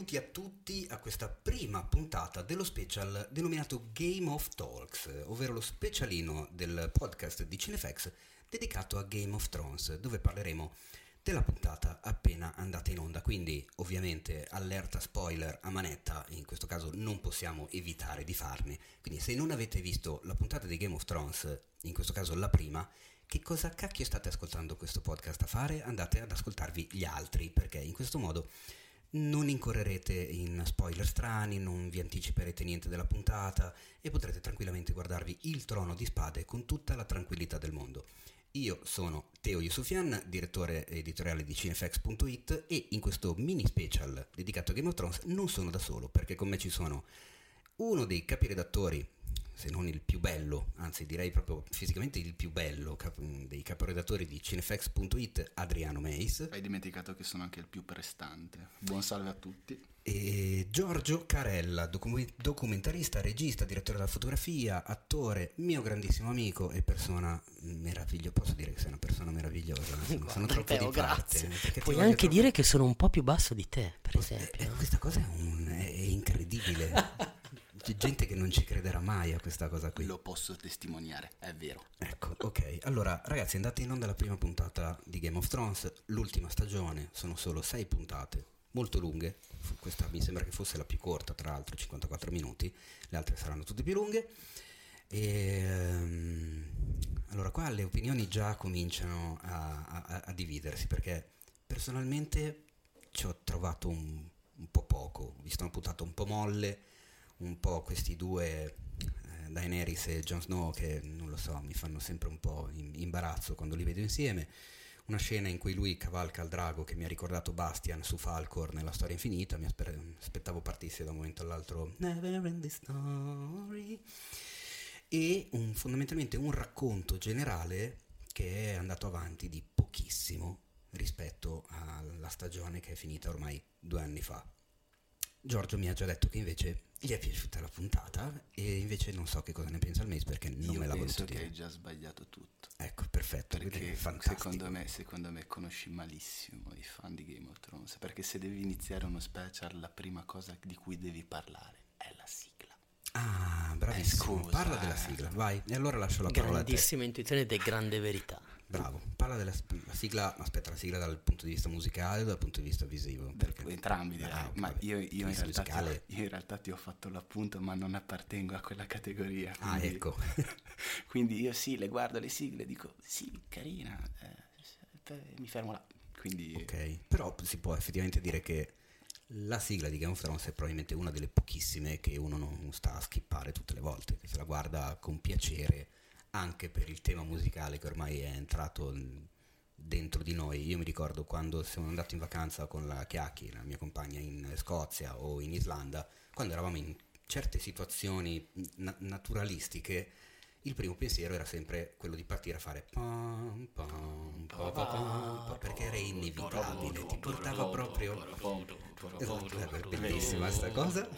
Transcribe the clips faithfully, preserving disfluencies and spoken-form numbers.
benvenuti a tutti a questa prima puntata dello special denominato Game of Talks, ovvero lo specialino del podcast di Cinefx dedicato a Game of Thrones, dove parleremo della puntata appena andata in onda. Quindi ovviamente allerta spoiler a manetta, in questo caso non possiamo evitare di farne. Quindi se non avete visto la puntata di Game of Thrones, in questo caso la prima, che cosa cacchio state ascoltando questo podcast a fare? Andate ad ascoltarvi gli altri, perché in questo modo non incorrerete in spoiler strani, non vi anticiperete niente della puntata e potrete tranquillamente guardarvi il Trono di Spade con tutta la tranquillità del mondo. Io sono Teo Yusufian, direttore editoriale di Cinefx punto it, e in questo mini special dedicato a Game of Thrones non sono da solo, perché con me ci sono uno dei capiredattori, se non il più bello, anzi direi proprio fisicamente il più bello cap- dei caporedattori di Cinefx punto it, Adriano Meis. Hai dimenticato che sono anche il più prestante. Buon salve a tutti. E Giorgio Carella, docu- documentarista, regista, direttore della fotografia, attore, mio grandissimo amico e persona meravigliosa. Posso dire che sei una persona meravigliosa? Sono, sono troppo Teo, di parte. Puoi anche troppo... dire che sono un po' più basso di te, per eh, esempio. eh, questa cosa è, un, è, è incredibile. C'è gente che non ci crederà mai a questa cosa qui. Lo posso testimoniare, è vero. Ecco, ok. Allora, ragazzi, è andata in onda la prima puntata di Game of Thrones, l'ultima stagione, sono solo sei puntate, molto lunghe. Questa mi sembra che fosse la più corta, tra l'altro, cinquantaquattro minuti, le altre saranno tutte più lunghe. E, um, allora, qua le opinioni già cominciano a, a, a dividersi, perché personalmente ci ho trovato un, un po' poco, ho visto una puntata un po' molle, un po' questi due eh, Daenerys e Jon Snow che non lo so, mi fanno sempre un po' imbarazzo quando li vedo insieme. Una scena in cui lui cavalca il drago che mi ha ricordato Bastian su Falkor nella Storia Infinita, mi asper- aspettavo partisse da un momento all'altro Never End the Story, e un, fondamentalmente un racconto generale che è andato avanti di pochissimo rispetto alla stagione che è finita ormai due anni fa. Giorgio mi ha già detto che invece gli è piaciuta la puntata e invece non so che cosa ne pensa il Mace, perché non Io me l'ha voluto dire. Io penso che dire. hai già sbagliato tutto. Ecco, perfetto, perché fantastico. Secondo me, secondo me conosci malissimo i fan di Game of Thrones, perché se devi iniziare uno special la prima cosa di cui devi parlare è la sigla. Ah, bravissimo, eh, scusa, parla della sigla, vai, e allora lascio la parola a te. Grandissima intuizione ed è grande verità. Bravo, parla della la sigla, aspetta, la sigla dal punto di vista musicale o dal punto di vista visivo? Perché, entrambi direi, ah, ma io, io, in realtà ti ho, io in realtà ti ho fatto l'appunto, ma non appartengo a quella categoria. Quindi, ah, ecco. Quindi io sì, le guardo le sigle, dico sì, carina, eh, mi fermo là. Quindi... Ok, però si può effettivamente dire che la sigla di Game of Thrones è probabilmente una delle pochissime che uno non sta a skippare tutte le volte, che se la guarda con piacere, anche per il tema musicale che ormai è entrato dentro di noi. Io mi ricordo quando sono andato in vacanza con la Chiacchi, la mia compagna, in Scozia o in Islanda, quando eravamo in certe situazioni na- naturalistiche, il primo pensiero era sempre quello di partire a fare pam, pam, pam, pam, pam, perché era inevitabile, ti portava proprio... Esatto, bellissima sta cosa.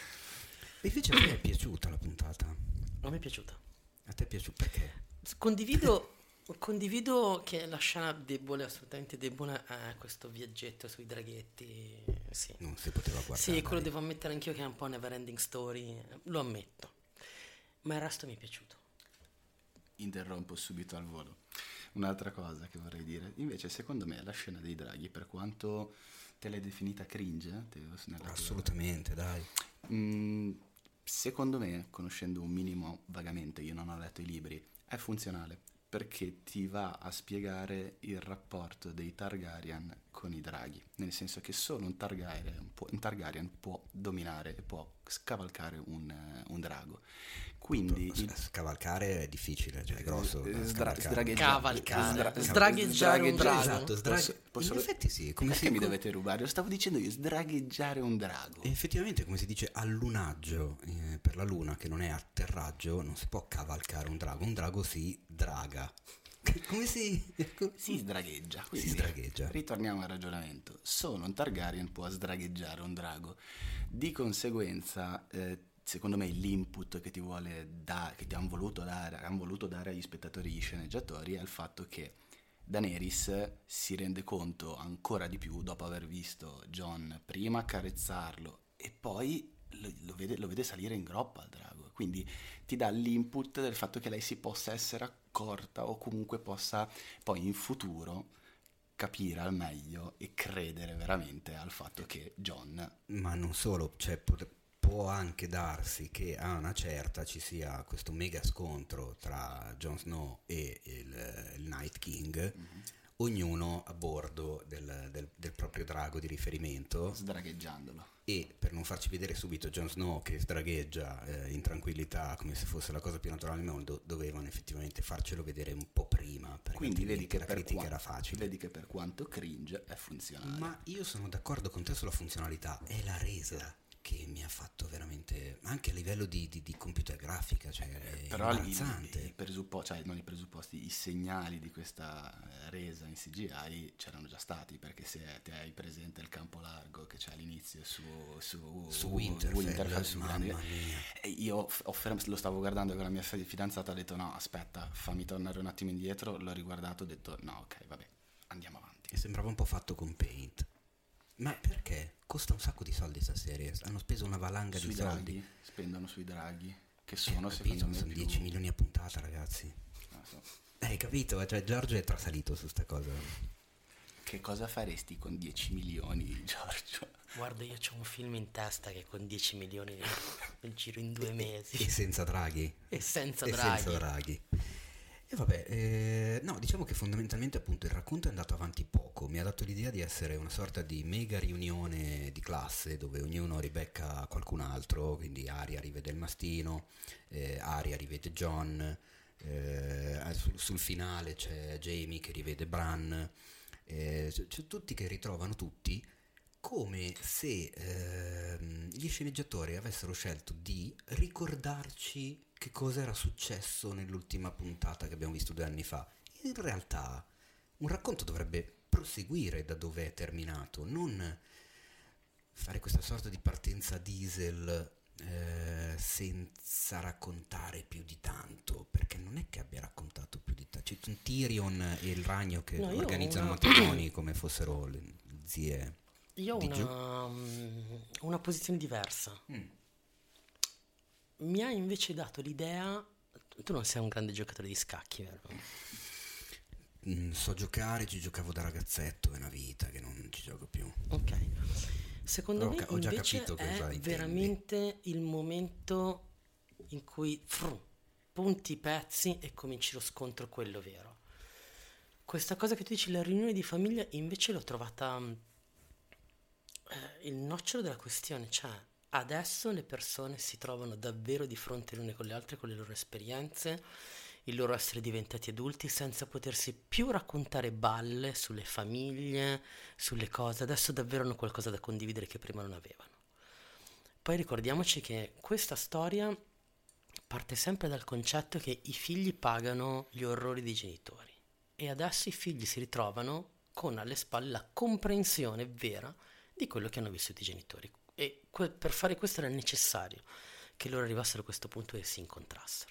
E invece a me è piaciuta la puntata. A me è piaciuta. A te è piaciuta? Perché? Condivido, condivido che la scena debole, assolutamente debole, è questo viaggetto sui draghetti. Sì. Non si poteva guardare. Sì, quello devo ammettere anch'io che è un po' never ending story, lo ammetto. Ma il resto mi è piaciuto. Interrompo subito al volo. Un'altra cosa che vorrei dire, invece secondo me la scena dei draghi, per quanto te l'hai definita cringe, te, assolutamente, tua... dai. Mm, secondo me, conoscendo un minimo vagamente, io non ho letto i libri, è funzionale, perché ti va a spiegare il rapporto dei Targaryen con i draghi, nel senso che solo un Targaryen può, un Targaryen può dominare e può scavalcare un, un drago. Quindi il... scavalcare è difficile, cioè è grosso. Sdra- cavalcare, sdra- sdragheggiare un drago. Esatto, sdraghe... posso, posso... in effetti sì. Come perché si... mi dovete rubare? Lo stavo dicendo io, sdragheggiare un drago. E effettivamente, come si dice, allunaggio eh, per la luna, che non è atterraggio, non si può cavalcare un drago. Un drago si draga. Come si... si sdragheggia. Si sdragheggia. Ritorniamo al ragionamento. Solo un Targaryen può sdragheggiare un drago. Di conseguenza... Eh, secondo me l'input che ti vuole da, che ti hanno voluto dare, hanno voluto dare agli spettatori, gli sceneggiatori, è il fatto che Daenerys si rende conto ancora di più dopo aver visto Jon prima accarezzarlo e poi lo, lo, vede, lo vede salire in groppa al drago, quindi ti dà l'input del fatto che lei si possa essere accorta o comunque possa poi in futuro capire al meglio e credere veramente al fatto che Jon... Ma non solo, cioè pot- può anche darsi che a una certa ci sia questo mega scontro tra Jon Snow e il, il Night King, mm-hmm. ognuno a bordo del, del, del proprio drago di riferimento, sdragheggiandolo. E per non farci vedere subito Jon Snow che sdragheggia eh, in tranquillità come se fosse la cosa più naturale del mondo, dovevano effettivamente farcelo vedere un po' prima, perché quindi vedi che la per critica quanto, era facile. Vedi che per quanto cringe è funzionale. Ma io sono d'accordo con te sulla funzionalità, è la resa che mi ha fatto veramente, anche a livello di, di, di computer grafica, cioè è però imbarazzante. I, i presupposti, cioè non i presupposti, i segnali di questa resa in C G I c'erano già stati, perché se te hai presente il campo largo che c'è all'inizio su, su, su Winterfell, Winterfell su mamma grande, mia. E io ho ferm- lo stavo guardando con la mia fidanzata, ho detto no aspetta, fammi tornare un attimo indietro, l'ho riguardato, ho detto no ok vabbè andiamo avanti. E sembrava un po' fatto con Paint. Ma perché? Costa un sacco di soldi questa serie, hanno speso una valanga sui di draghi, soldi. Spendono sui draghi, che sono eh, secondo capito, me sono più... dieci milioni a puntata, ragazzi. Non so. Eh, hai capito? Cioè Giorgio è trasalito su sta cosa. Che cosa faresti con dieci milioni, Giorgio? Guarda, io c'ho un film in testa che con dieci milioni il giro in due mesi. E senza draghi. E senza e draghi. senza draghi. E vabbè, eh, no, diciamo che fondamentalmente appunto il racconto è andato avanti poco, mi ha dato l'idea di essere una sorta di mega riunione di classe dove ognuno ribecca qualcun altro, quindi Arya rivede il mastino, eh, Arya rivede Jon, eh, sul, sul finale c'è Jaime che rivede Bran, eh, c'è, c'è tutti che ritrovano tutti, come se eh, gli sceneggiatori avessero scelto di ricordarci che cosa era successo nell'ultima puntata che abbiamo visto due anni fa. In realtà un racconto dovrebbe proseguire da dove è terminato, non fare questa sorta di partenza diesel eh, senza raccontare più di tanto, perché non è che abbia raccontato più di tanto. C'è un Tyrion e il ragno che no, organizzano una... matrimoni come fossero le zie. Io ho di una, um, una posizione diversa. Mm. Mi ha invece dato l'idea... Tu non sei un grande giocatore di scacchi, vero? Mm, so giocare, ci giocavo da ragazzetto, è una vita che non ci gioco più. Ok. Secondo Però me ho già invece capito cosa è intendi. veramente il momento in cui fru, punti i pezzi e cominci lo scontro, quello vero. Questa cosa che tu dici, la riunione di famiglia, invece l'ho trovata eh, il nocciolo della questione, cioè adesso le persone si trovano davvero di fronte le une con le altre, con le loro esperienze, il loro essere diventati adulti senza potersi più raccontare balle sulle famiglie, sulle cose. Adesso davvero hanno qualcosa da condividere che prima non avevano. Poi ricordiamoci che questa storia parte sempre dal concetto che i figli pagano gli orrori dei genitori e adesso i figli si ritrovano con alle spalle la comprensione vera di quello che hanno vissuto i genitori. E que- per fare questo era necessario che loro arrivassero a questo punto e si incontrassero.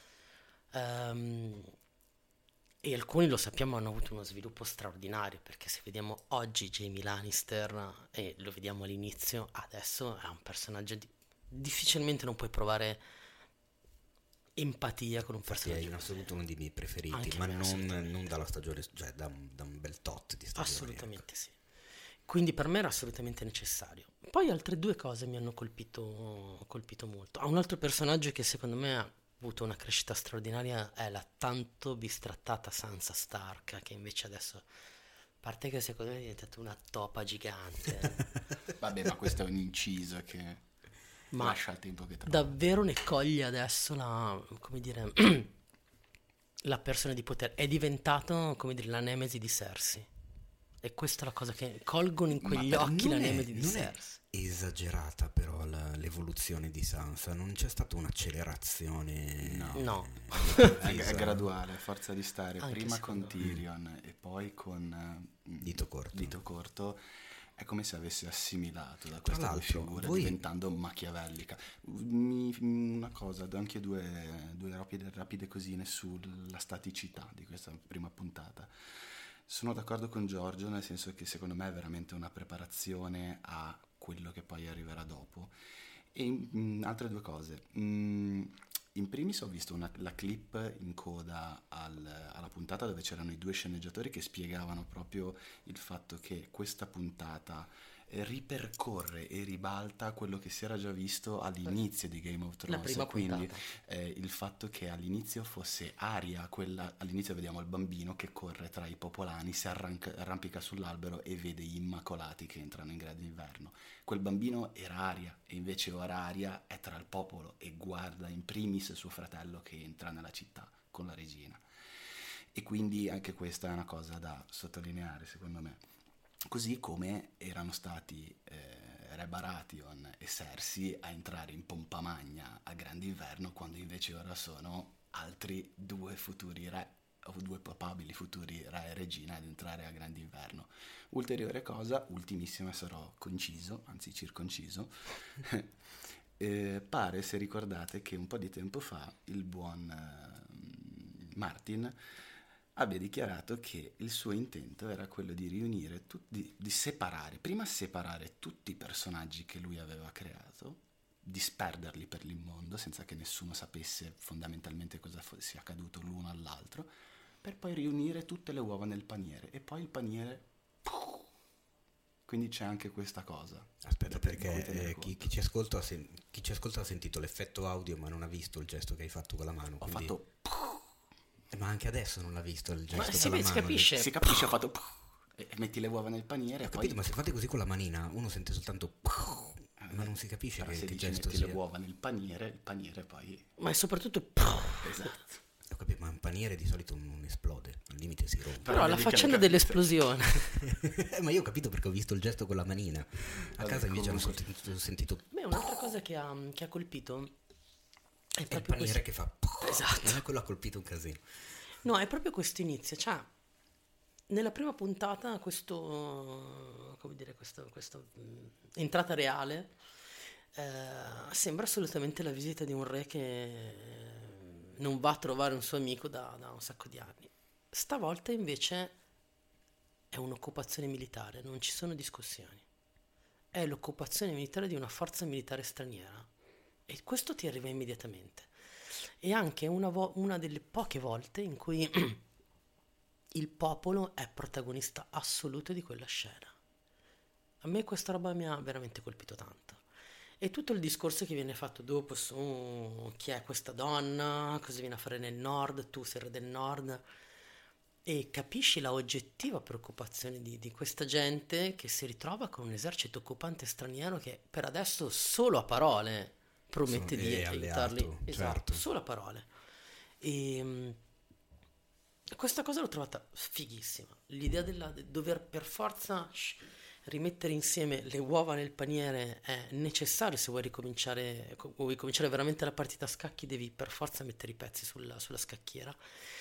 Um, e alcuni, lo sappiamo, hanno avuto uno sviluppo straordinario, perché se vediamo oggi Jaime Lannister e lo vediamo all'inizio, adesso è un personaggio di- difficilmente non puoi provare empatia con un personaggio. È in assoluto uno dei miei preferiti, Anche ma me, non, assolutamente. non dalla stagione, cioè da, un- da un bel tot di stagioni. Assolutamente sì. Quindi per me era assolutamente necessario. Poi altre due cose mi hanno colpito, colpito molto. Ah, un altro personaggio che secondo me ha avuto una crescita straordinaria è la tanto bistrattata Sansa Stark, che invece adesso, a parte che secondo me è diventata una topa gigante. Vabbè, ma questo è un inciso che Ma lascia il tempo che trova. davvero ne coglie adesso la, come dire, la persona di potere. È diventato, come dire, la nemesi di Cersei. E questa è la cosa che colgono in quegli Ma occhi, la non è- nemesi di non è Cersei. esagerata però la- l'evoluzione di Sansa, non c'è stata un'accelerazione. No. No. È, improvvisa. è graduale, a forza di stare Anche prima secondo con me. Tyrion e poi con eh, Dito corto. Dito corto È come se avesse assimilato da Tra queste due l'altro, figure, voi- diventando machiavellica. Mi- una cosa, anche due, due rapide, rapide cosine sulla staticità di questa prima puntata. Sono d'accordo con Giorgio, nel senso che secondo me è veramente una preparazione a quello che poi arriverà dopo. E mm, altre due cose. Mm, in primis ho visto una- la clip in coda al- alla puntata dove c'erano i due sceneggiatori che spiegavano proprio il fatto che questa puntata eh, ripercorre e ribalta quello che si era già visto all'inizio di Game of La Thrones. prima Quindi puntata. eh, il fatto che all'inizio fosse Arya, quella, all'inizio vediamo il bambino che corre tra i popolani, si arranca- arrampica sull'albero e vede gli Immacolati che entrano in grado inverno. Quel bambino era Arya e invece ora Arya è tra il popolo e guarda in primis suo fratello che entra nella città con la regina. E quindi anche questa è una cosa da sottolineare, secondo me. Così come erano stati eh, Re Baratheon e Cersei a entrare in pompa magna a grande inverno, quando invece ora sono altri due futuri re, o due probabili futuri re e regina ad entrare a grande inverno. Ulteriore cosa, ultimissima, sarò conciso, anzi circonciso. Eh, pare, se ricordate, che un po' di tempo fa il buon eh, Martin abbia dichiarato che il suo intento era quello di riunire, tut- di, di separare, prima separare tutti i personaggi che lui aveva creato, disperderli per il mondo senza che nessuno sapesse fondamentalmente cosa fosse accaduto l'uno all'altro, per poi riunire tutte le uova nel paniere e poi il paniere... Quindi c'è anche questa cosa. Aspetta, da te- di cui perché tenere eh, chi, conto. chi ci ascolta, ha sen- chi ci ascolta ha sentito l'effetto audio ma non ha visto il gesto che hai fatto con la mano. Ho quindi- fatto... Eh, ma anche adesso non l'ha visto il gesto Ma con si, la si mano. capisce. Si capisce, ho fatto... E e metti le uova nel paniere Ho e capito, poi... ma se fate così con la manina uno sente soltanto... ma non si capisce Però che, se che dici gesto metti sia. le uova nel paniere, il paniere poi... Ma è soprattutto... Esatto. Ho capito, ma un paniere di solito non esplode, al limite si rompe. Però la vedi che faccenda l'hai capito. dell'esplosione. Eh, ma io ho capito perché ho visto il gesto con la manina. A Vabbè, casa invece hanno comunque- sentito, sentito Beh, un'altra cosa che ha, che ha colpito è è il proprio paniere questo. che fa... Esatto. Eh, quello ha colpito un casino. No, è proprio questo inizio. Cioè, nella prima puntata, questo, come dire, questo, questo, mh, entrata reale eh, sembra assolutamente la visita di un re che non va a trovare un suo amico da, da un sacco di anni. Stavolta invece è un'occupazione militare, non ci sono discussioni. È l'occupazione militare di una forza militare straniera e questo ti arriva immediatamente. E anche una, vo- una delle poche volte in cui il popolo è protagonista assoluto di quella scena. A me questa roba mi ha veramente colpito tanto. E tutto il discorso che viene fatto dopo su chi è questa donna, cosa viene a fare nel nord, tu sei re del nord, e capisci la oggettiva preoccupazione di, di questa gente che si ritrova con un esercito occupante straniero che per adesso solo a parole promette Sono- di è aiutarli. alleato, Esatto, certo. solo a parole. E mh, questa cosa l'ho trovata fighissima. L'idea della, de dover per forza shh, rimettere insieme le uova nel paniere è necessario se vuoi ricominciare, co- vuoi cominciare veramente la partita a scacchi, devi per forza mettere i pezzi sulla, sulla scacchiera.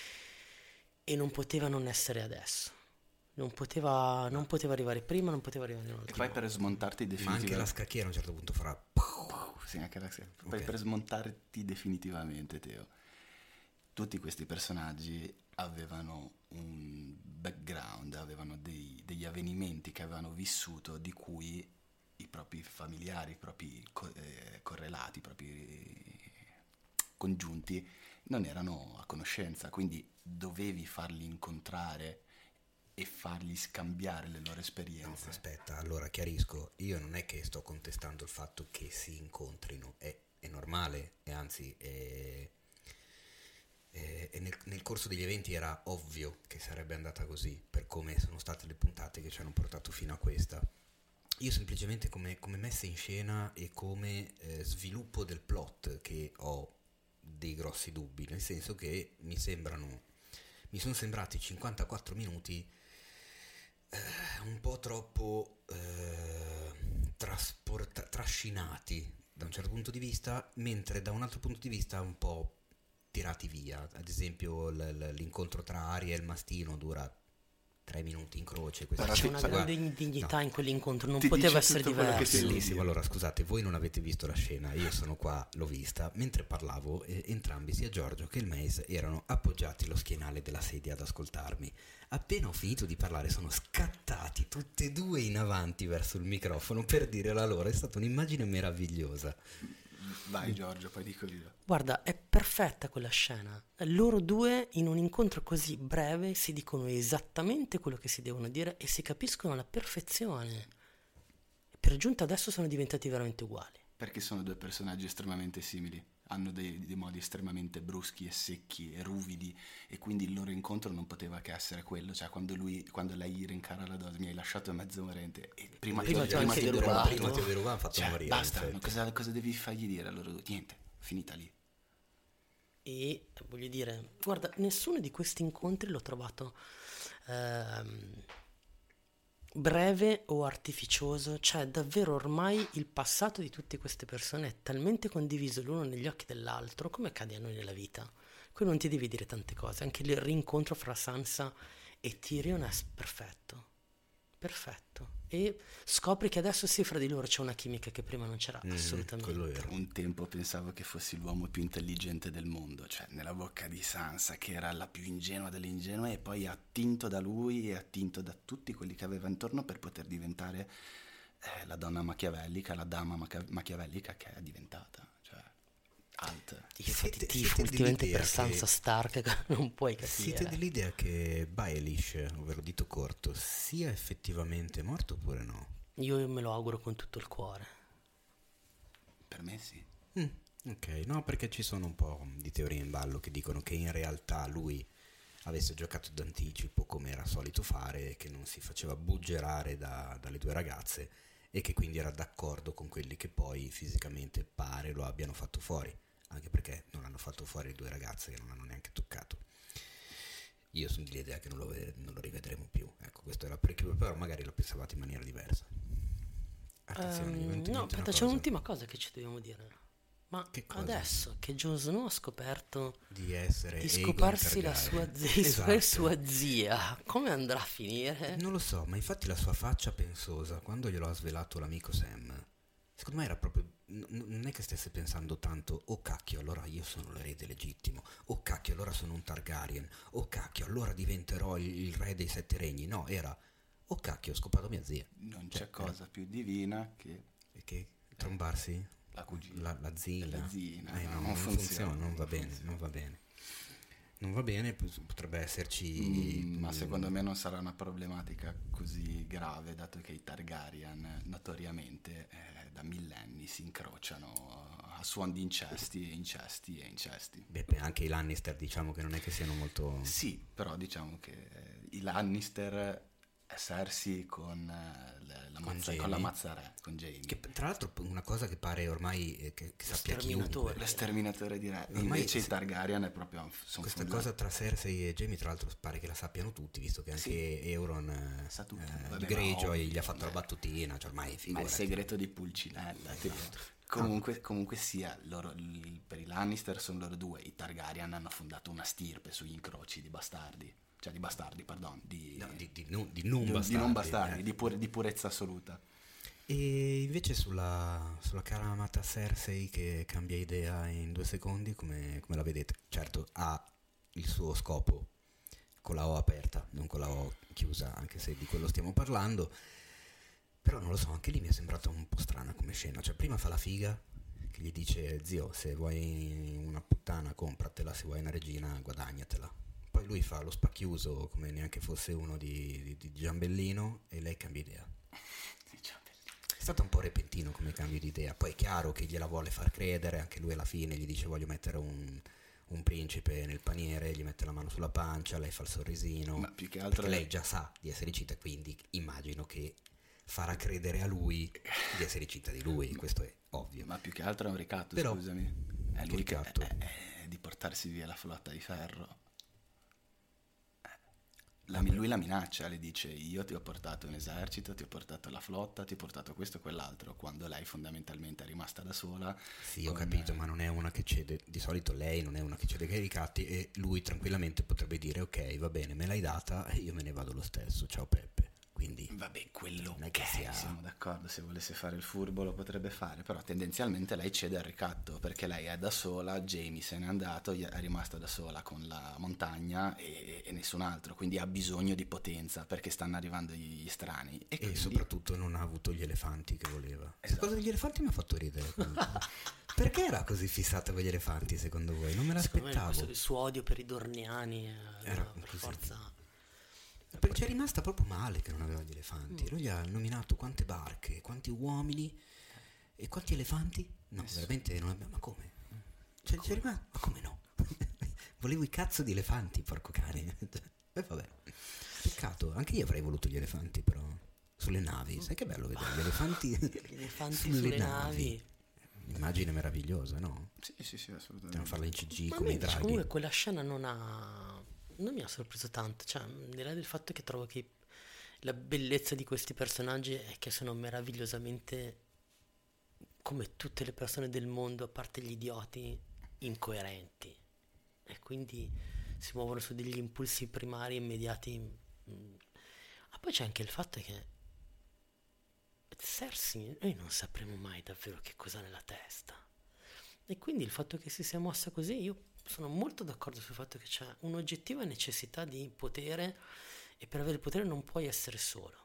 E non poteva non essere adesso. Non poteva, non poteva arrivare prima, non poteva arrivare in un E altro poi modo. per smontarti Ma anche definitivamente... la scacchiera a un certo punto farà... Sì, anche la... Poi Ok. per smontarti definitivamente, Teo, tutti questi personaggi avevano un background, avevano dei- degli avvenimenti che avevano vissuto di cui i propri familiari, i propri co- eh, correlati, i propri congiunti non erano a conoscenza, quindi dovevi farli incontrare e fargli scambiare le loro No, esperienze. aspetta, allora chiarisco, io non è che sto contestando il fatto che si incontrino, è, è normale e anzi è, è- è nel, nel corso degli eventi era ovvio che sarebbe andata così, per come sono state le puntate che ci hanno portato fino a questa. Io semplicemente come, come messa in scena e come eh, sviluppo del plot che ho dei grossi dubbi, nel senso che mi sembrano, mi sono sembrati cinquantaquattro minuti eh, un po' troppo eh, trasporta- trascinati da un certo punto di vista, mentre da un altro punto di vista un po' tirati via. Ad esempio l- l- l'incontro tra Arya e il mastino dura tre minuti in croce. Questa Però C'è sì, una guarda, grande indignità no. in quell'incontro, non Ti poteva dice essere tutto quello che diverso. si- Bellissimo. Allora scusate, voi non avete visto la scena, io sono qua, l'ho vista. Mentre parlavo, eh, entrambi, sia Giorgio che il Mace, erano appoggiati allo schienale della sedia ad ascoltarmi. Appena ho finito di parlare sono scattati tutti e due in avanti verso il microfono per dire la loro. È stata un'immagine meravigliosa. Vai Giorgio, poi dico io. Guarda, è perfetta quella scena. Loro due in un incontro così breve si dicono esattamente quello che si devono dire e si capiscono alla perfezione. Per giunta adesso sono diventati veramente uguali. Perché sono due personaggi estremamente simili, hanno dei, dei modi estremamente bruschi e secchi e ruvidi, e quindi il loro incontro non poteva che essere quello. Cioè quando, lui, quando lei gli rincara la dose, mi hai lasciato mezzo morente, e prima, Prima ti, ti ho prima anche ti derubato. derubato. Prima ti ho derubato, ha fatto Cioè, morire. basta, in ma effetti. cosa, cosa devi fargli dire a loro due? Niente, finita lì. E voglio dire, guarda, nessuno di questi incontri l'ho trovato ehm, breve o artificioso. Cioè davvero ormai il passato di tutte queste persone è talmente condiviso l'uno negli occhi dell'altro, come accade a noi nella vita. Qui non ti devi dire tante cose. Anche il rincontro fra Sansa e Tyrion è perfetto, perfetto, e scopri che adesso sì, fra di loro c'è una chimica che prima non c'era Mm, assolutamente. quello Per era. un tempo pensavo che fossi l'uomo più intelligente del mondo, cioè nella bocca di Sansa, che era la più ingenua delle ingenue, e poi attinto da lui e attinto da tutti quelli che aveva intorno per poter diventare eh, la donna machiavellica, la dama maca- machiavellica che è diventata. Cioè, alt. Io Siete- infatti tifo siete ultimamente dell'idea per Sansa che- Stark, che non puoi capire. Siete dell'idea che Baelish, ovvero Dito Corto, sia effettivamente morto oppure no? Io me lo auguro con tutto il cuore. Per me sì. Mm, ok, no, perché ci sono un po' di teorie in ballo che dicono che in realtà lui avesse giocato d'anticipo come era solito fare, che non si faceva buggerare da- dalle due ragazze e che quindi era d'accordo con quelli che poi fisicamente pare lo abbiano fatto fuori, anche perché non hanno fatto fuori le due ragazze che non hanno neanche toccato. Io sono dell'idea che non lo, vede- non lo rivedremo più. Ecco, questo era perché, però magari lo pensavate in maniera diversa. Attenzione, Ehm, mi è venuta in no, mente aspetta, una c'è cosa. un'ultima cosa che ci dobbiamo dire. Ma Che cosa? adesso che Jon Snow ha scoperto Di essere di Aegon scoparsi la Targaryen. sua, zia, Esatto. sua zia, come andrà a finire? Non lo so, ma infatti la sua faccia pensosa, quando glielo ha svelato l'amico Sam, secondo me era proprio, n- non è che stesse pensando tanto, oh cacchio, allora io sono l'erede legittimo, oh cacchio, allora sono un Targaryen, oh cacchio, allora diventerò il, il re dei sette regni. No, era, oh cacchio, ho scopato mia zia. Non Cioè, c'è cosa più divina che E che trombarsi? la cugina. La, la zina. La zina, Eh, no, no, non, non funziona, funziona, non va non bene, funziona. non va bene. Non va bene, pot- potrebbe esserci... Mm, ma secondo me non sarà una problematica così grave, dato che i Targaryen notoriamente eh, da millenni si incrociano a suon di incesti e incesti e incesti. Beh, beh, anche i Lannister diciamo che non è che siano molto... Sì, però diciamo che eh, i Lannister, Cersei con, eh, le- la Con mazza, Jaime. con la Mazzarè, con Jaime. Che tra l'altro una cosa che pare ormai eh, che, che sappia Sterminatore. chiunque. L'esterminatore di re. Ormai Invece sì. i Targaryen è proprio... Sono Questa fonda- cosa tra Cersei e Jaime tra l'altro pare che la sappiano tutti, visto che anche Sì. Euron eh, Sa tutto. eh, Vabbè, di Greyjoy ma gli ha fatto la ovvio. battutina, cioè ormai Ma il figurati. segreto di Pulcinella. ti dico. Comunque, comunque sia, loro, il- per i Lannister sono loro due. I Targaryen hanno fondato una stirpe sugli incroci di bastardi. Cioè di bastardi, pardon. Di, No, di, di non, di non di- di bastardi, non bastardi, eh. di, pure- di purezza assoluta. E invece sulla, sulla cara amata Cersei che cambia idea in due secondi, come, come la vedete? Certo, ha il suo scopo con la O aperta, non con la O chiusa, anche se di quello stiamo parlando. Però non lo so, anche lì mi è sembrata un po' strana come scena. Cioè prima fa la figa, che gli dice, zio, se vuoi una puttana compratela, se vuoi una regina guadagnatela. Poi lui fa lo spacchiuso come neanche fosse uno di, di, di Giambellino e lei cambia idea. È stato un po' repentino come cambio di idea. Poi è chiaro che gliela vuole far credere, anche lui alla fine gli dice voglio mettere un, un principe nel paniere, gli mette la mano sulla pancia, lei fa il sorrisino. Ma più che altro perché è- lei già sa di essere incinta, quindi immagino che farà credere a lui di essere incinta di lui, questo è ovvio. Ma più che altro è un ricatto, Però- scusami. È che lui che ricatto? è, è di portarsi via la flotta di ferro. La, lui la minaccia, le dice io ti ho portato un esercito, ti ho portato la flotta, ti ho portato questo e quell'altro, quando lei fondamentalmente è rimasta da sola. Sì, ho con... capito, ma non è una che cede, di solito lei non è una che cede ai ricatti, e lui tranquillamente potrebbe dire ok, va bene, me l'hai data e io me ne vado lo stesso, ciao Peppe. Quindi vabbè, quello non è che ok, sia... siamo d'accordo, se volesse fare il furbo lo potrebbe fare, però tendenzialmente lei cede al ricatto, perché lei è da sola, Jamie se n'è andato, è rimasta da sola con la montagna e, e nessun altro, quindi ha bisogno di potenza perché stanno arrivando gli, gli strani. E, E quindi... soprattutto non ha avuto gli elefanti che voleva. Esatto. Questa cosa degli elefanti mi ha fatto ridere. Perché era così fissata con gli elefanti, secondo voi? Non me l'aspettavo. Il suo odio per i dorniani Era per così. forza... Perché ci è rimasta proprio male che non aveva gli elefanti. Mm. Lui gli ha nominato quante barche, quanti uomini e quanti elefanti? No, Nessuno. Veramente non abbiamo. Ma come? Cioè, come? C'è rimasto? Ma come no? Volevo i cazzo di elefanti, porco cane. E vabbè. Peccato, anche io avrei voluto gli elefanti, però. Sulle navi. Sai che bello vedere gli elefanti, gli elefanti sulle, sulle navi. navi. Immagine meravigliosa, no? Sì, sì, sì, assolutamente. Devono farla in C G Ma come i draghi. Comunque quella scena non ha... non mi ha sorpreso tanto, cioè, al di là del fatto che trovo che la bellezza di questi personaggi è che sono meravigliosamente, come tutte le persone del mondo, a parte gli idioti, incoerenti, e quindi si muovono su degli impulsi primari immediati. Ma poi c'è anche il fatto che Cersei, noi non sapremo mai davvero che cosa ha nella testa, e quindi il fatto che si sia mossa così, io sono molto d'accordo sul fatto che c'è un'oggettiva necessità di potere, e per avere il potere non puoi essere solo.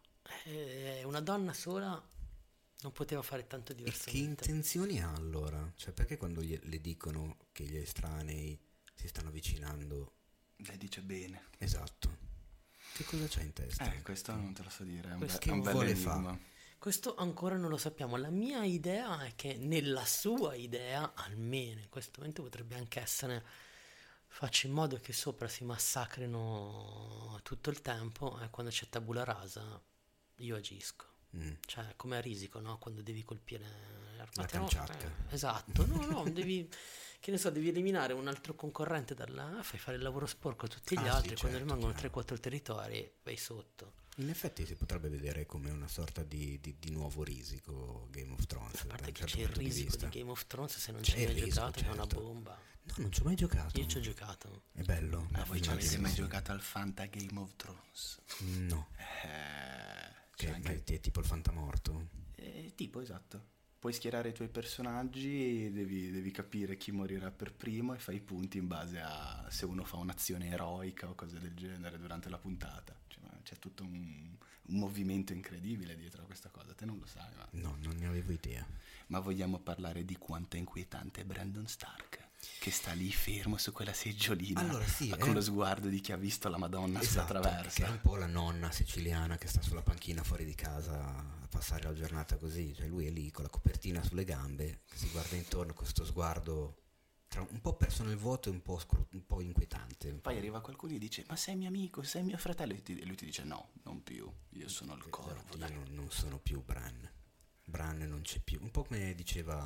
È una donna sola non poteva fare tanto diversamente. E che intenzioni ha allora? Cioè, perché quando gli, le dicono che gli estranei si stanno avvicinando lei dice bene? Esatto. Che cosa c'ha in testa? Eh, questo non te lo so dire, è un, Questo be- è un bel vuole enigma. fa? Questo ancora non lo sappiamo. La mia idea è che nella sua idea, almeno in questo momento, potrebbe anche essere: faccio in modo che sopra si massacrino tutto il tempo, e quando c'è tabula rasa io agisco. Mm. Cioè, come a Risico, no? Quando devi colpire la canciacca. No, eh, esatto, no, no, devi, che ne so, devi eliminare un altro concorrente dalla... fai fare il lavoro sporco a tutti gli ah, altri, sì, quando certo, rimangono chiaro. tre quattro territori vai sotto. In effetti si potrebbe vedere come una sorta di, di, di nuovo Risico Game of Thrones. A parte che certo c'è il Risico di, di Game of Thrones, se non c'è ci hai mai giocato, certo. È una bomba. No, non ci ho mai giocato. Io ci ho giocato. È bello. Ma voi ci avete mai giocato al Fanta Game of Thrones? No. Eh, che anche... è tipo il fantamorto? Eh, tipo, esatto. Puoi schierare i tuoi personaggi, devi, devi capire chi morirà per primo e fai i punti in base a se uno fa un'azione eroica o cose del genere durante la puntata. Cioè, c'è tutto un, un movimento incredibile dietro a questa cosa, te non lo sai. Ma... No, non ne avevo idea. Ma vogliamo parlare di quanto è inquietante Brandon Stark, che sta lì fermo su quella seggiolina, allora, sì, con eh. lo sguardo di chi ha visto la Madonna esatto, sulla traversa. Che è un po' la nonna siciliana che sta sulla panchina fuori di casa a passare la giornata così. Cioè lui è lì con la copertina sulle gambe, che si guarda intorno con questo sguardo tra un po' perso nel vuoto e un po', scru- un po' inquietante. Un Poi po'. arriva qualcuno e dice: ma sei mio amico, sei mio fratello, e, ti, e lui ti dice: no, non più, io sono il corvo. Esatto, io non, non sono più Bran. Bran non c'è più. Un po' come diceva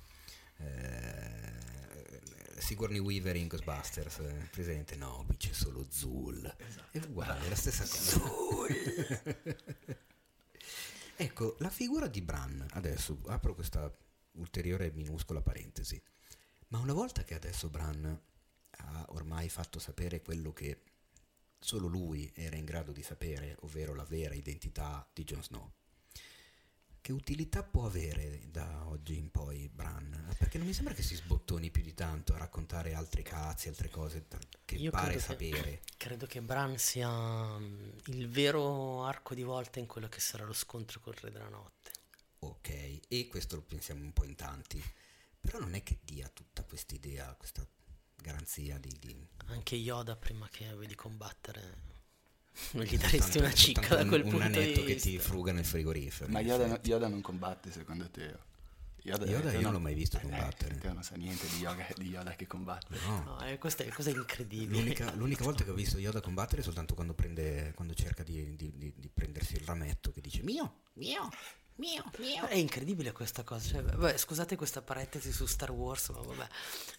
eh, Sigourney Weaver in Ghostbusters, eh, presente? No, qui c'è solo Zul. Esatto. È uguale, è la stessa cosa. Zul. Ecco, la figura di Bran, adesso apro questa ulteriore minuscola parentesi, ma una volta che adesso Bran ha ormai fatto sapere quello che solo lui era in grado di sapere, ovvero la vera identità di Jon Snow, che utilità può avere da oggi in poi Bran? Perché non mi sembra che si sbottoni più di tanto a raccontare altri cazzi, altre cose che Io pare credo sapere. Che, credo che Bran sia il vero arco di volta in quello che sarà lo scontro col Re della Notte. Ok, e questo lo pensiamo un po' in tanti, però non è che dia tutta questa idea, questa garanzia di... di... Anche Yoda, prima che vedi combattere, non gli daresti una cicca da quel un, punto un di anetto vista. che ti fruga nel frigorifero. Ma Yoda, Yoda non combatte, secondo te? Yoda, Yoda io non l'ho mai visto combattere. Eh, te non sa niente di Yoda, di Yoda che combatte. No, no eh, questa, è, questa è incredibile. L'unica, l'unica volta che ho visto Yoda combattere è soltanto quando, prende, quando cerca di, di, di, di prendersi il rametto, che dice mio, mio, Mio, mio. È incredibile questa cosa. Cioè, vabbè, scusate questa parentesi su Star Wars, ma vabbè,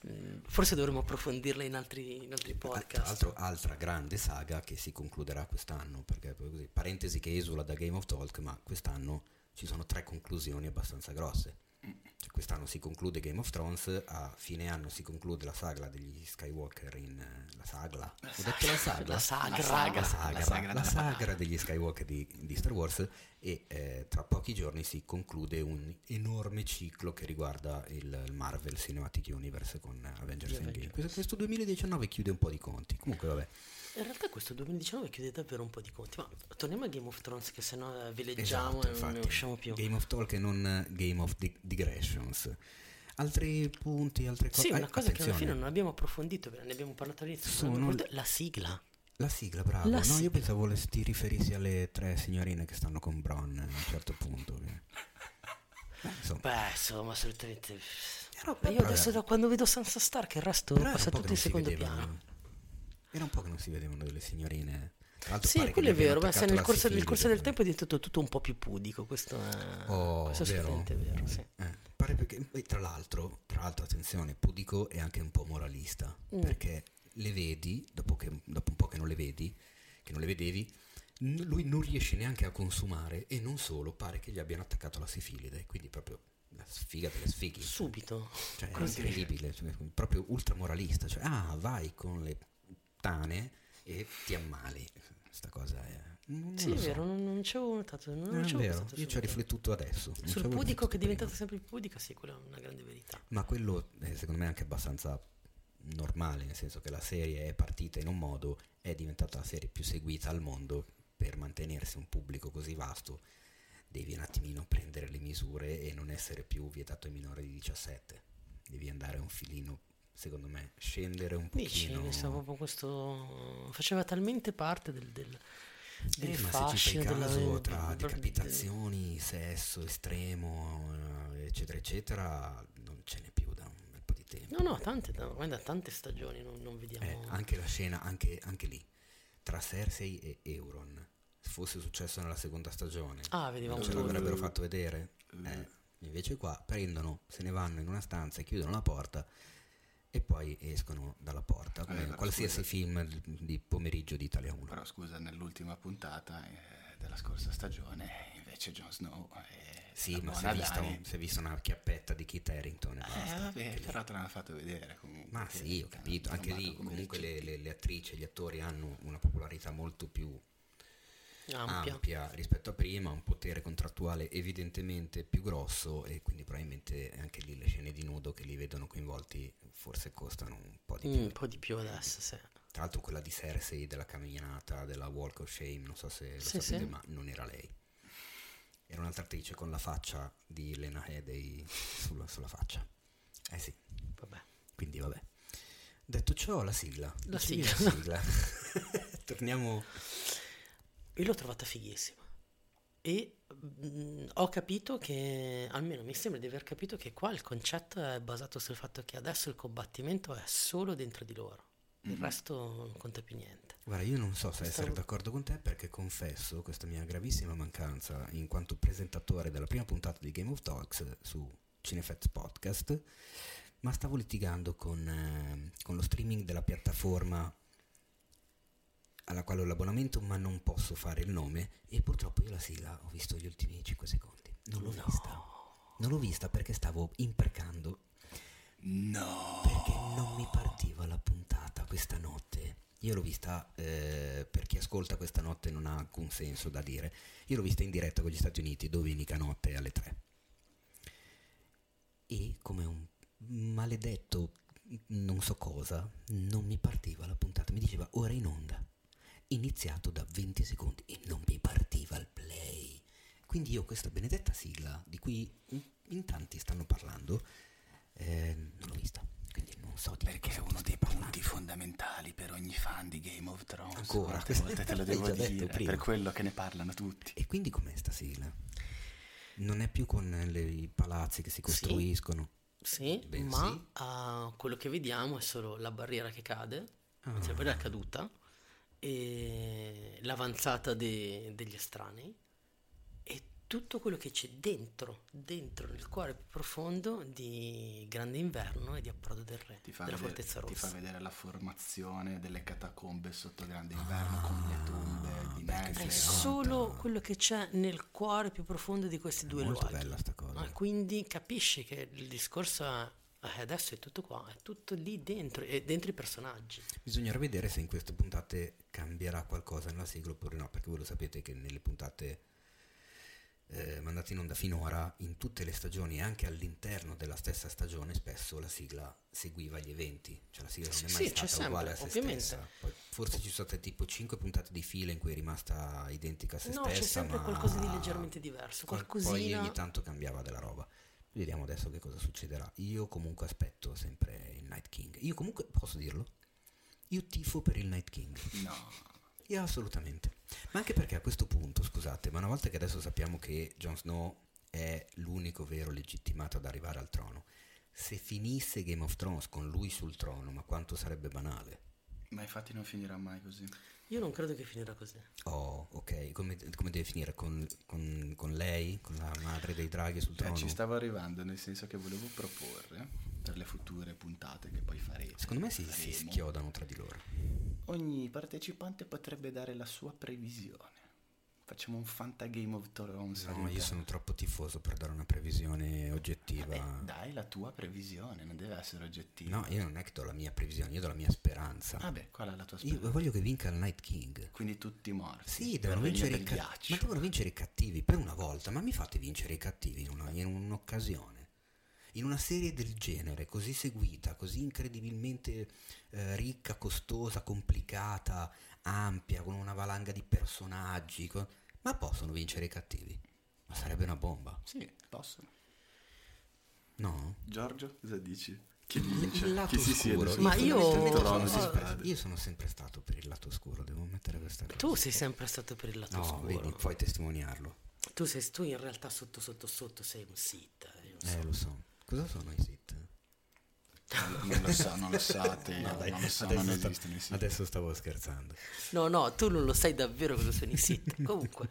forse dovremmo approfondirla in altri, in altri podcast. Tra l'altro, altra grande saga che si concluderà quest'anno, perché poi così, parentesi che esula da Game of Talk, ma quest'anno ci sono tre conclusioni abbastanza grosse. Cioè, quest'anno si conclude Game of Thrones, a fine anno si conclude la saga degli Skywalker in uh, la sagla. La Ho detto la saga? La sagra. La sagra, La sagra, la sagra, la sagra degli Skywalker di, di Star Wars, e eh, tra pochi giorni si conclude un enorme ciclo che riguarda il, il Marvel Cinematic Universe con Avengers Endgame. Questo, questo duemiladiciannove chiude un po' di conti. Comunque vabbè. In realtà questo duemiladiciannove chiude davvero un po' di conti, ma torniamo a Game of Thrones che sennò veleggiamo Esatto, e infatti, non ne usciamo più. Game of Talk e non Game of Dig- Digressions. Altri punti, altre cose? Sì, una eh, cosa che alla attenzione. fine non abbiamo approfondito, ne abbiamo parlato all'inizio, Sono- non abbiamo parlato- la sigla. La sigla, bravo. La no, sigla. io pensavo volessi- ti riferissi alle tre signorine che stanno con Bron a un certo punto. che- Beh, insomma. Beh, insomma, assolutamente. Però- Io però adesso era- da quando vedo Sansa Stark il resto però era passa un po' tutto che in non si secondo vedevano- piano. Era un po' che non si vedevano delle signorine. Tra l'altro Sì, pare che quello gli è vero, abbiano ma sai, attaccato nel la corso, nel sifilide, corso del però. tempo è diventato tutto un po' più pudico, questo è, Oh, questo è vero? assolutamente vero, sì. Eh, pare perché, e tra l'altro, tra l'altro, attenzione, pudico è anche un po' moralista, Mm. perché le vedi, dopo, che, dopo un po' che non le vedi, che non le vedevi, n- lui non riesce neanche a consumare, e non solo, pare che gli abbiano attaccato la sifilide, quindi proprio la sfiga delle sfighe. Subito. Cioè, è Così. incredibile, cioè, proprio ultramoralista, cioè, ah, vai con le puttane e ti ammali. Questa cosa è... Non Sì, lo è so. vero, non, non ci avevo notato, non, Non non è ci avevo vero, pensato io ci ho subito. riflettuto adesso. non ci Sul avevo pudico che è riflettuto diventato prima. sempre più pudica, sì, quella è una grande verità. Ma quello eh, secondo me è anche abbastanza normale, nel senso che la serie è partita in un modo, è diventata la serie più seguita al mondo. Per mantenersi un pubblico così vasto devi un attimino prendere le misure e non essere più vietato ai minori di diciassette. Devi andare un filino, secondo me, scendere un Dici, pochino. ne so, proprio questo faceva talmente parte del, del, del Eh, ma se ci fascino fai della- caso, tra del- decapitazioni, sesso estremo, eh, eccetera, eccetera, non ce n'è più da un bel po' di tempo. No, no, tante, da- ormai da tante stagioni non, non vediamo. Eh, anche la scena, anche, anche lì, tra Cersei e Euron, se fosse successo nella seconda stagione, Ah, vedevamo non ce tutto. l'avrebbero fatto vedere. Eh, invece qua prendono, se ne vanno in una stanza e chiudono la porta e poi escono dalla porta, come Eh, in però qualsiasi scusa. film di, di pomeriggio di Italia uno. Però scusa, nell'ultima puntata eh, della scorsa stagione invece Jon Snow è Sì, la ma si buona è, vista, Dany. si è vista una chiappetta di Kit Harington e Eh, basta. vabbè, Anche lì. però te l'hanno fatto vedere comunque. Ma che sì, ho capito, hanno anche lì trombato come comunque dei le, cecchi. le- le attrici e gli attori hanno una popolarità molto più Ampia. ampia rispetto a prima, un potere contrattuale evidentemente più grosso, e quindi probabilmente anche lì le scene di nudo che li vedono coinvolti forse costano un po' di Mm, più. un po' di più adesso, sì. Tra l'altro quella di Cersei della camminata, della Walk of Shame, non so se lo Sì, sapete, sì. ma non era lei. Era un'altra attrice con la faccia di Lena Headey sulla, sulla faccia. Eh sì, Vabbè. quindi vabbè. Detto ciò, la sigla. La Dicevi sigla. la sigla. Torniamo... Io l'ho trovata fighissima e mm, ho capito che, almeno mi sembra di aver capito che qua il concetto è basato sul fatto che adesso il combattimento è solo dentro di loro, il Mm. resto non conta più niente. Guarda, io non so se Stavo- essere d'accordo con te, perché confesso questa mia gravissima mancanza in quanto presentatore della prima puntata di Game of Talks su Cinefets Podcast, ma stavo litigando con, eh, con lo streaming della piattaforma alla quale ho l'abbonamento, ma non posso fare il nome, e purtroppo io la sigla ho visto gli ultimi cinque secondi. Non l'ho No. vista. Non l'ho vista perché stavo impercando, No! perché non mi partiva la puntata questa notte. Io l'ho vista, eh, per chi ascolta questa notte non ha alcun senso da dire, io l'ho vista in diretta con gli Stati Uniti domenica notte alle tre, e come un maledetto non so cosa non mi partiva la puntata, mi diceva ora in onda, iniziato da venti secondi, e non mi partiva il play. Quindi io questa benedetta sigla di cui in, in tanti stanno parlando, eh, non l'ho vista, quindi non so di Perché è cosa uno stai dei parlando. punti fondamentali per ogni fan di Game of Thrones. Ancora? Quante volte te lo L'hai devo già detto dire, prima. per quello che ne parlano tutti. E quindi com'è sta sigla? Non è più con le- i palazzi che si costruiscono? Sì, Ben ma sì. ah, quello che vediamo è solo la barriera che cade, Ah. cioè la barriera è caduta, e l'avanzata de- degli estranei, e tutto quello che c'è dentro, dentro nel cuore più profondo di Grande Inverno e di Approdo del Re, Ti fa, della vedere, Fortezza ti Rossa. fa vedere la formazione delle catacombe sotto Grande Inverno, ah, con le tombe di perché Nesle. È solo quello che c'è nel cuore più profondo di questi È due molto luoghi. bella sta cosa. Ah, quindi capisci che il discorso è eh, adesso è tutto qua, è tutto lì dentro, è dentro i personaggi. Bisognerà vedere se in queste puntate cambierà qualcosa nella sigla oppure no, perché voi lo sapete che nelle puntate eh, mandate in onda finora, in tutte le stagioni e anche all'interno della stessa stagione, spesso la sigla seguiva gli eventi, cioè la sigla non è mai Sì, c'è stata uguale a sempre, se ovviamente. stessa. Poi forse ci sono state tipo cinque puntate di fila in cui è rimasta identica a se No, stessa, c'è sempre ma qualcosa di leggermente diverso, qual- qualcosina. poi ogni tanto cambiava della roba. Vediamo adesso che cosa succederà. Io comunque aspetto sempre il Night King. Io comunque, posso dirlo, io tifo per il Night King. No, Io assolutamente. Ma anche perché a questo punto, scusate, ma una volta che adesso sappiamo che Jon Snow è l'unico vero legittimato ad arrivare al trono, se finisse Game of Thrones con lui sul trono, ma quanto sarebbe banale. ma infatti non finirà mai così. Io non credo che finirà così. Oh, ok, come, come deve finire? Con, con- con lei, con la madre dei draghi sul Cioè, trono? ci stavo arrivando, nel senso che volevo proporre per le future puntate che poi faremo. Secondo me si, si faremo, schiodano tra di loro. ogni partecipante potrebbe dare la sua previsione. Facciamo un Fanta Game of Thrones. No, io all'interno. sono troppo tifoso per dare una previsione oggettiva. Vabbè, dai la tua previsione, non deve essere oggettiva. No, io non è che do la mia previsione, io do la mia speranza. Vabbè, qual è la tua Io speranza? voglio che vinca il Night King. Quindi tutti morti. Sì, per devono regno vincere, del i ca- ghiaccio. ma devono vincere i cattivi per una volta. Ma mi fate vincere i cattivi in, una- in un'occasione. In una serie del genere, così seguita, così incredibilmente eh, ricca, costosa, complicata, ampia, con una valanga di personaggi. con- Ma possono vincere i cattivi? Ma sarebbe una bomba, Sì, possono. no? Giorgio, cosa dici? Chi Il- vince? il lato Chi si siede oscuro. sul Ma io- trono di Oh, spade? Io sono sempre stato per il lato oscuro, devo mettere questa cosa. Tu sei sempre stato per il lato No, oscuro. vedi, puoi testimoniarlo. Tu, sei, tu in realtà sotto sotto sotto sei un Sith. Io lo so. Eh, lo so. Cosa sono i Sith? Non, non lo so, non lo sapete, No, dai, non lo so, adesso non sta- esistono i siti. Adesso stavo scherzando. No, no, tu non lo sai davvero cosa sono i Sith. Comunque,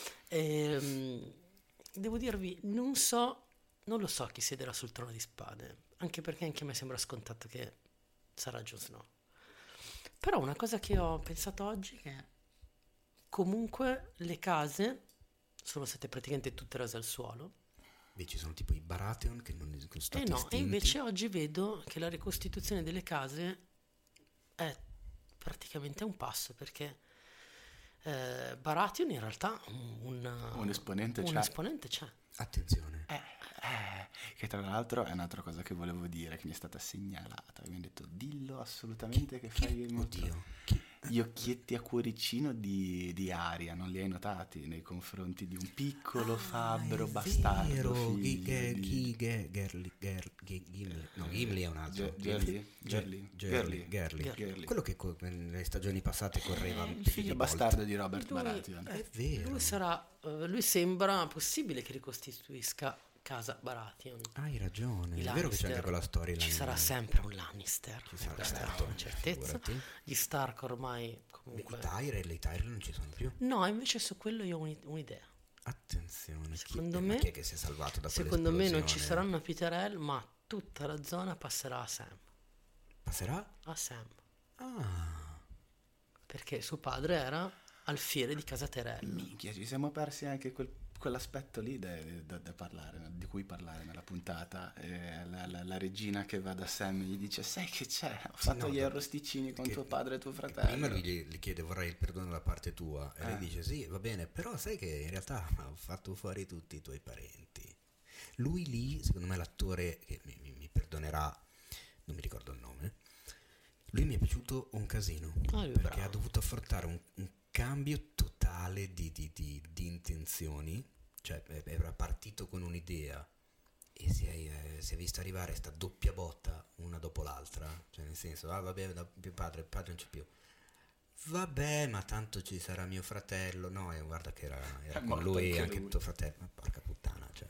ehm, devo dirvi, non so, non lo so chi siederà sul trono di spade, anche perché anche a me sembra scontato che sarà Jon Snow. Però una cosa che ho pensato oggi è che comunque le case sono state praticamente tutte rase al suolo. Dici, sono tipo i Baratheon che non sono stati E no, estinti. e invece oggi vedo che la ricostituzione delle case è praticamente a un passo, perché eh, Baratheon in realtà un, Un esponente un c'è. esponente c'è. Attenzione. Eh, eh, che tra l'altro è un'altra cosa che volevo dire, che mi è stata segnalata. Mi hanno detto, dillo assolutamente che fai il motore. Oddio. Chi? Gli occhietti a cuoricino di, di Aria, non li hai notati nei confronti di un piccolo fabbro Ah, è bastardo vero, figlio Ghi- Ge- di- Ghi- Ge- Gerli- Ger- Ghi- Gimli. No, Gimli è un altro. Ge- Gerli? Gerli? Gerli? Gerli. Gerli. Gerli. Quello che co- nelle stagioni passate correva Il più figlio di bastardo volte. di Robert Lui- Baratheon. È vero. Lui sarà, eh, lui sembra possibile che ricostituisca casa Baratheon. Hai ragione. I È vero che c'è Lannister. anche quella storia. Ci là- sarà sempre un Lannister, Ci sarà questa è sempre, una certezza. figurati. Gli Stark ormai I comunque... Tyrell, i Tyrell non ci sono più. No, invece su quello io ho un- un'idea. Attenzione. chi- Secondo eh, ma me- chi è che si è salvato da Secondo me non ci quell'esplosione? saranno Peterell, ma tutta la zona passerà a Sam. Passerà? A Sam. Ah. Perché suo padre era alfiere di casa Tyrell. Minchia, ci siamo persi anche quel- quell'aspetto lì da, da- da parlare, di cui parlare nella puntata. Eh, la, la- la regina che va da Sam e gli dice, sai che c'è? Ho fatto no, gli da- arrosticini con che- tuo padre e tuo Prima fratello. lui gli, gli chiede vorrei il perdono da parte tua e lei Eh. dice sì, va bene, però sai che in realtà ho fatto fuori tutti i tuoi parenti. Lui lì, secondo me l'attore, che mi, mi- mi perdonerà, non mi ricordo il nome, lui mi è piaciuto un casino, Ah, lui è perché bravo. ha dovuto affrontare un, un cambio totale di, di- di- di intenzioni, cioè eh, era partito con un'idea e si è, eh, si è visto arrivare sta doppia botta una dopo l'altra, cioè nel senso, ah vabbè, da- mio padre, il padre non c'è più. Vabbè, ma tanto ci sarà mio fratello. No, e guarda che era, era È con morto lui anche anche lui. tuo fratello. Ma porca puttana, cioè.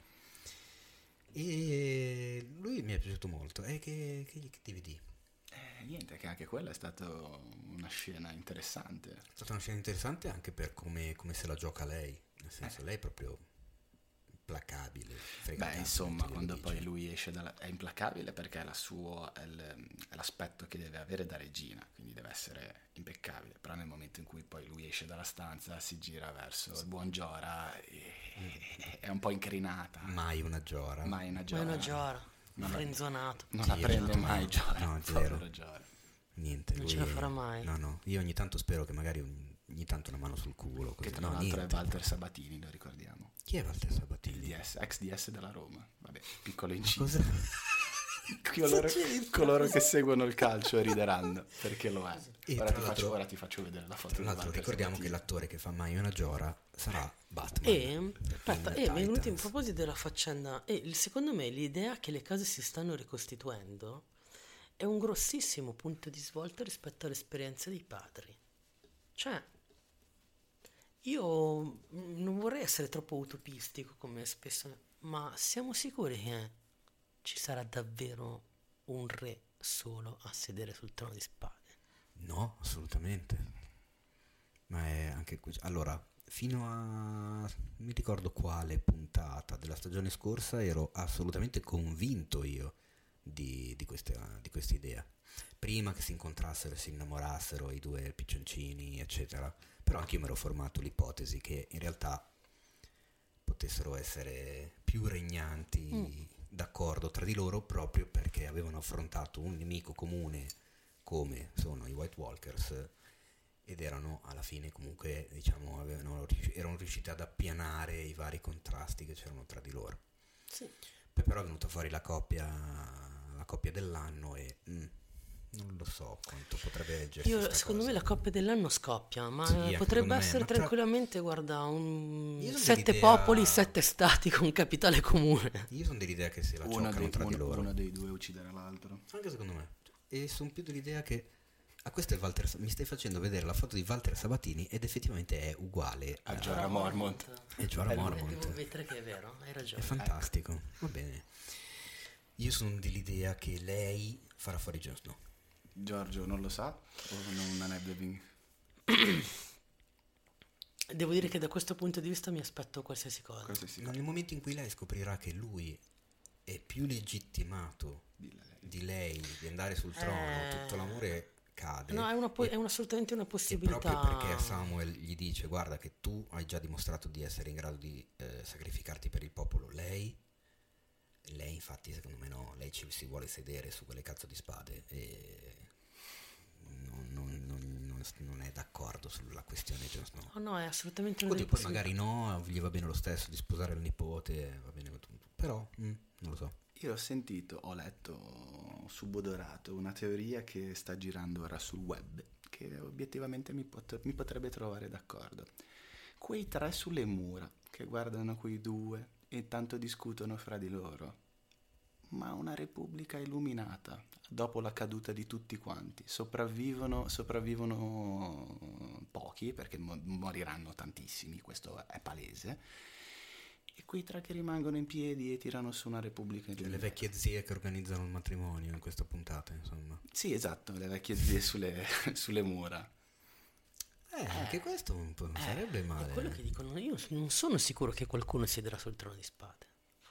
E lui mi è piaciuto molto. E che, che, che devi dire? Eh, niente, che anche quella è stata una scena interessante. È stata una scena interessante anche per come, come se la gioca lei. Nel senso, lei proprio implacabile. Beh, insomma, quando poi lui esce dalla... è implacabile perché è, la suo, è, il, è l'aspetto che deve avere da regina, quindi deve essere impeccabile, però nel momento in cui poi lui esce dalla stanza, si gira verso il buon Jorah e è un po' incrinata. Mai una Jorah. Mai una Jorah. Mai una Jorah. Non la- frenzonato. Non la prende mai Jorah. No, zero. povero Jorah. Niente, Non lui- ce la farà mai. No, no, io ogni tanto spero che magari ogni, ogni tanto una mano sul culo. Che Così. tra No, l'altro niente. è Walter Sabatini, lo ricordiamo. Chi è Walter Il Sabatini? D S, ex D S della Roma. Vabbè, piccolo inciso. Cos'è? Coloro, coloro che seguono il calcio rideranno perché lo è. E Ora tra ti, l'altro- faccio, ora ti faccio vedere la foto Tra di l'altro Walter ricordiamo che Sabatini. l'attore che fa Mai una Jorah sarà Batman. E aspetta, in e mi è venuto in Titans. proposito della faccenda. E il- secondo me l'idea che le case si stanno ricostituendo è un grossissimo punto di svolta rispetto all'esperienza dei padri. Cioè, io mm, non vorrei essere troppo utopistico come spesso, ma siamo sicuri che ci sarà davvero un re solo a sedere sul trono di spade? No, assolutamente. Ma è anche così. Allora, fino a non mi ricordo quale puntata della stagione scorsa ero assolutamente convinto io di, di questa di questa idea. Prima che si incontrassero e si innamorassero i due piccioncini, eccetera. Però anche io mi ero formato l'ipotesi che in realtà potessero essere più regnanti Mm. d'accordo tra di loro proprio perché avevano affrontato un nemico comune come sono i White Walkers ed erano alla fine comunque diciamo avevano, riusci- erano riusciti ad appianare i vari contrasti che c'erano tra di loro. Sì. Poi però è venuta fuori la coppia la coppia dell'anno e mm, non lo so quanto potrebbe reggersi Io, sta secondo cosa. me la coppia dell'anno scoppia, ma Sì, anche potrebbe secondo me, essere ma tra- tranquillamente, guarda, un Io sono sette dell'idea- popoli, sette stati con capitale comune. Io sono dell'idea che se la Uno giocano dei, tra di uno- loro. uno dei due ucciderà l'altro. Anche secondo me. E sono più dell'idea che a questo è Walter Sa- mi stai facendo vedere la foto di Walter Sabatini ed effettivamente è uguale A Jorah Mormont. E Jorah È lui. Mormont. Devo ammettere che è vero, hai È ragione. fantastico. Va bene. Io sono dell'idea che lei farà fuori Jon Snow. Giorgio non lo sa o non, non è ben... Devo dire che da questo punto di vista mi aspetto qualsiasi cosa. qualsiasi Nel momento in cui lei scoprirà che lui è più legittimato di lei. di lei di andare sul trono, Eh. tutto l'amore cade. No, è, una po- E- è una- assolutamente una E possibilità. proprio perché Samuel gli dice guarda che tu hai già dimostrato di essere in grado di eh, sacrificarti per il popolo, lei lei infatti secondo me no, lei ci si vuole sedere su quelle cazzo di spade e non, non- non- non- non è d'accordo sulla questione Jon Snow. No, no, è assolutamente una Oddio, delle poi magari no, gli va bene lo stesso di sposare il nipote, va bene tutto, però mm, non lo so. Io ho sentito, ho letto, subodorato una teoria che sta girando ora sul web, che obiettivamente mi, pot- mi potrebbe trovare d'accordo. Quei tre sulle mura che guardano quei due e tanto discutono fra di loro. Ma una repubblica illuminata, dopo la caduta di tutti quanti, sopravvivono, sopravvivono pochi, perché mo- moriranno tantissimi, questo è palese, e quei tre che rimangono in piedi e tirano su una repubblica Cioè, le illuminata. vecchie zie che organizzano il matrimonio in questa puntata, insomma. Sì, esatto, le vecchie zie sulle, sulle mura. Eh, anche questo un po' non sarebbe male. È quello che dicono. Io non sono sicuro che qualcuno siederà sul trono di spade.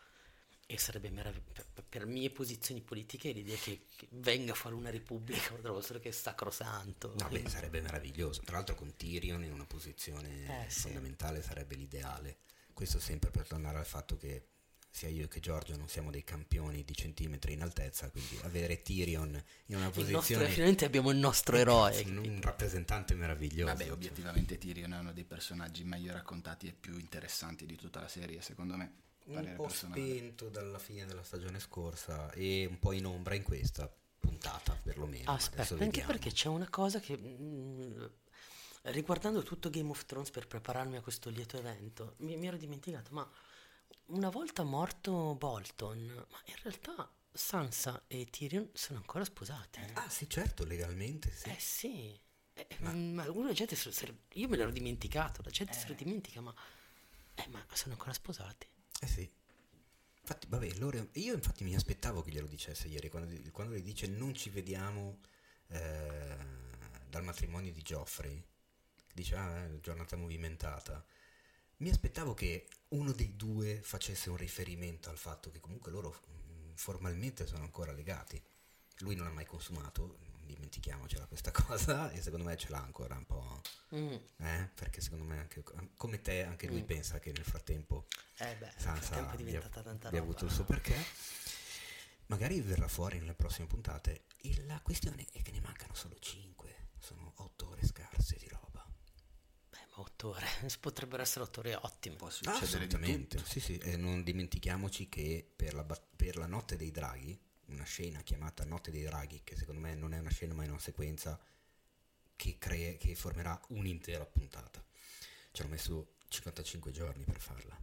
E sarebbe meraviglioso. Per, per mie posizioni politiche l'idea che, che venga fuori una repubblica, trovo solo che è sacrosanto. No, beh, sarebbe meraviglioso. Tra l'altro con Tyrion in una posizione Eh, sì. fondamentale sarebbe l'ideale. Questo sempre per tornare al fatto che sia io che Giorgio non siamo dei campioni di centimetri in altezza, quindi avere Tyrion in una Il nostro, posizione finalmente abbiamo il nostro eroe. un, un rappresentante meraviglioso. Vabbè, cioè. obiettivamente Tyrion è uno dei personaggi meglio raccontati e più interessanti di tutta la serie, secondo me. Un Parere po' personale. spento dalla fine della stagione scorsa e un po' in ombra in questa puntata perlomeno. Aspetta, Adesso anche vediamo. perché c'è una cosa che mm, riguardando tutto Game of Thrones per prepararmi a questo lieto evento, mi, mi ero dimenticato, ma una volta morto Bolton, ma in realtà Sansa e Tyrion sono ancora sposati. Ah sì, certo, legalmente sì. Eh sì. Eh, ma alguna gente se lo- se lo- io me l'ero dimenticato, la gente se lo dimentica, ma eh, ma sono ancora sposati. Eh sì. Infatti, vabbè, loro, io infatti mi aspettavo che glielo dicesse ieri, quando, quando gli dice non ci vediamo eh, dal matrimonio di Joffrey, dice ah, eh, giornata movimentata. Mi aspettavo che uno dei due facesse un riferimento al fatto che comunque loro mh, formalmente sono ancora legati. Lui non ha mai consumato, non dimentichiamocela questa cosa, e secondo me ce l'ha ancora un po'. Mm. Eh? Perché secondo me anche come te anche lui mm. pensa che nel frattempo eh beh, Sansa nel frattempo è diventata abbia, tanta abbia roba. avuto il suo perché. Magari verrà fuori nelle prossime puntate. E la questione è che ne mancano solo cinque, sono otto ore scarse di roba. Beh, ma otto ore, potrebbero essere otto ore ottime. Può succedere di tutto. Sì, sì, e non dimentichiamoci che per la, per la Notte dei Draghi, una scena chiamata Notte dei Draghi, che secondo me non è una scena ma è una sequenza che, crea, che formerà un'intera puntata. Ci hanno messo cinquantacinque giorni per farla.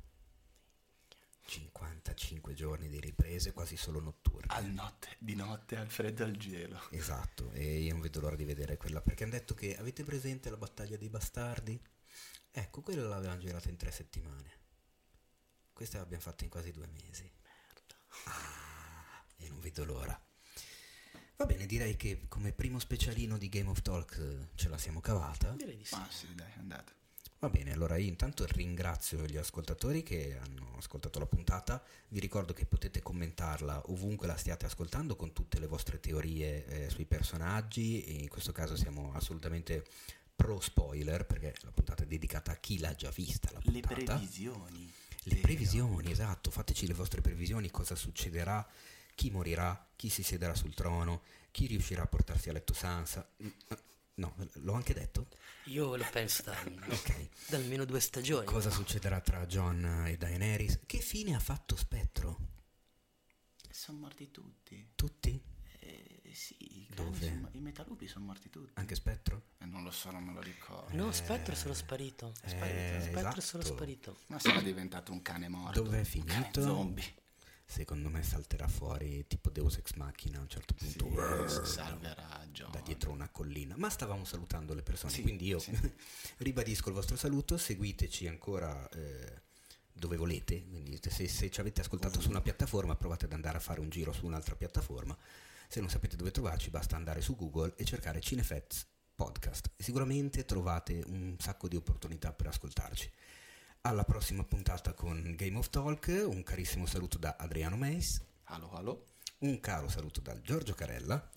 cinquantacinque giorni di riprese, quasi solo notturne. Al notte, di notte al freddo e al gelo. Esatto, e io non vedo l'ora di vedere quella, perché hanno detto che avete presente la battaglia dei bastardi? Ecco, quella l'avevano girata in tre settimane. Questa l'abbiamo fatta in quasi due mesi. Merda. Ah, e non vedo l'ora. Va bene, direi che come primo specialino di Game of Talk ce la siamo cavata. Direi di sì. Ma sì, dai, è andata. Va bene, allora io intanto ringrazio gli ascoltatori che hanno ascoltato la puntata. Vi ricordo che potete commentarla ovunque la stiate ascoltando con tutte le vostre teorie eh, sui personaggi, e in questo caso siamo assolutamente pro spoiler perché la puntata è dedicata a chi l'ha già vista la puntata. Le previsioni. Le previsioni, esatto, fateci le vostre previsioni, cosa succederà, chi morirà, chi si siederà sul trono, chi riuscirà a portarsi a letto Sansa. No, l'ho anche detto? Io lo penso da, okay. da almeno due stagioni. Cosa succederà tra Jon e Daenerys? Che fine ha fatto Spettro? Sono morti tutti. Tutti? Eh, sì, i, Dove? Sono, i metalupi sono morti tutti. Anche Spettro? Eh, non lo so, non me lo ricordo. No, Eh, Spettro è solo sparito. eh, Spettro, Spettro esatto. è solo sparito. Ma sarà diventato un cane morto. Dove è finito? Un cane zombie. Secondo me salterà fuori tipo Deus Ex Machina a un certo punto. Sì, Urr, salverà Jon. da dietro una collina. Ma stavamo salutando le persone, Sì, quindi io sì. ribadisco il vostro saluto, seguiteci ancora eh, dove volete, quindi se, se ci avete ascoltato uh-huh. su una piattaforma provate ad andare a fare un giro su un'altra piattaforma. Se non sapete dove trovarci basta andare su Google e cercare Cinefets Podcast e sicuramente trovate un sacco di opportunità per ascoltarci. Alla prossima puntata con Game of Talk, un carissimo saluto da Adriano Meis. Allo, allo. Un caro saluto da Giorgio Carella.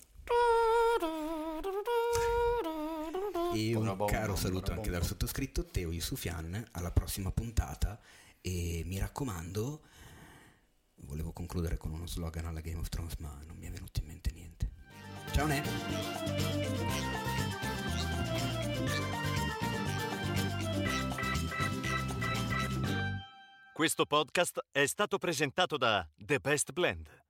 E un Buona caro bomba, saluto buona anche bomba. dal sottoscritto Teo Yusufian. Alla prossima puntata e mi raccomando, volevo concludere con uno slogan alla Game of Thrones ma non mi è venuto in mente niente. Ciao Ne! Questo podcast è stato presentato da The Best Blend,